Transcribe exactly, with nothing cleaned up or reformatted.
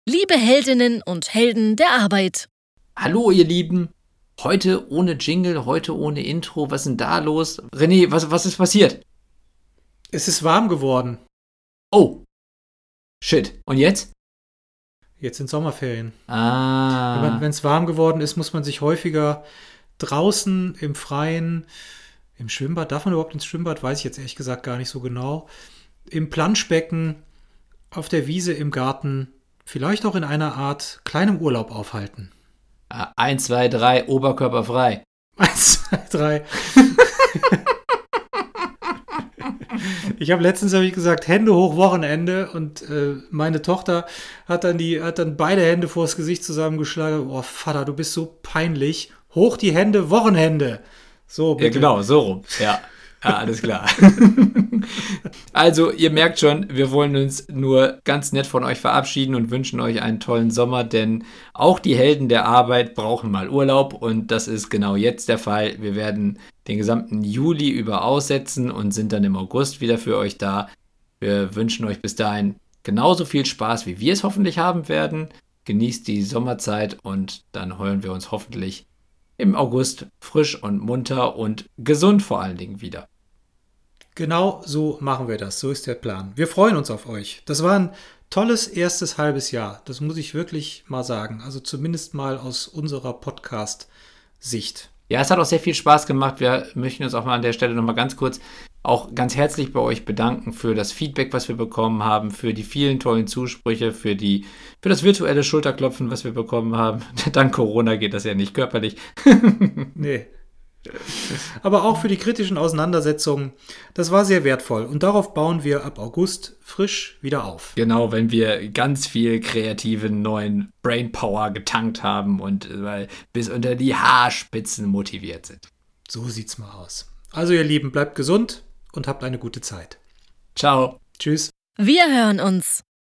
Liebe Heldinnen und Helden der Arbeit. Hallo ihr Lieben, heute ohne Jingle, heute ohne Intro, was ist denn da los? René, was, was ist passiert? Es ist warm geworden. Oh, shit, und jetzt? Jetzt sind Sommerferien. Ah. Wenn es warm geworden ist, muss man sich häufiger draußen im Freien, im Schwimmbad, darf man überhaupt ins Schwimmbad, weiß ich jetzt ehrlich gesagt gar nicht so genau, im Planschbecken, auf der Wiese, im Garten, vielleicht auch in einer Art kleinem Urlaub aufhalten. Ah, eins, zwei, drei, Oberkörper frei. Eins, zwei, drei. Ich habe letztens hab ich gesagt, Hände hoch, Wochenende, und äh, meine Tochter hat dann, die, hat dann beide Hände vors Gesicht zusammengeschlagen. Oh, Vater, du bist so peinlich. Hoch die Hände, Wochenende. So, bitte. Ja, genau, so rum. Ja, ja, alles klar. Also, ihr merkt schon, wir wollen uns nur ganz nett von euch verabschieden und wünschen euch einen tollen Sommer, denn auch die Helden der Arbeit brauchen mal Urlaub und das ist genau jetzt der Fall. Wir werden den gesamten Juli über aussetzen und sind dann im August wieder für euch da. Wir wünschen euch bis dahin genauso viel Spaß, wie wir es hoffentlich haben werden. Genießt die Sommerzeit und dann hören wir uns hoffentlich im August frisch und munter und gesund vor allen Dingen wieder. Genau so machen wir das. So ist der Plan. Wir freuen uns auf euch. Das war ein tolles erstes halbes Jahr. Das muss ich wirklich mal sagen. Also zumindest mal aus unserer Podcast-Sicht. Ja, es hat auch sehr viel Spaß gemacht. Wir möchten uns auch mal an der Stelle nochmal ganz kurz auch ganz herzlich bei euch bedanken für das Feedback, was wir bekommen haben, für die vielen tollen Zusprüche, für die, für das virtuelle Schulterklopfen, was wir bekommen haben. Dank Corona geht das ja nicht körperlich. Nee. Aber auch für die kritischen Auseinandersetzungen. Das war sehr wertvoll. Und darauf bauen wir ab August frisch wieder auf. Genau, wenn wir ganz viel kreative neuen Brainpower getankt haben und weil bis unter die Haarspitzen motiviert sind. So sieht's mal aus. Also ihr Lieben, bleibt gesund und habt eine gute Zeit. Ciao. Tschüss. Wir hören uns.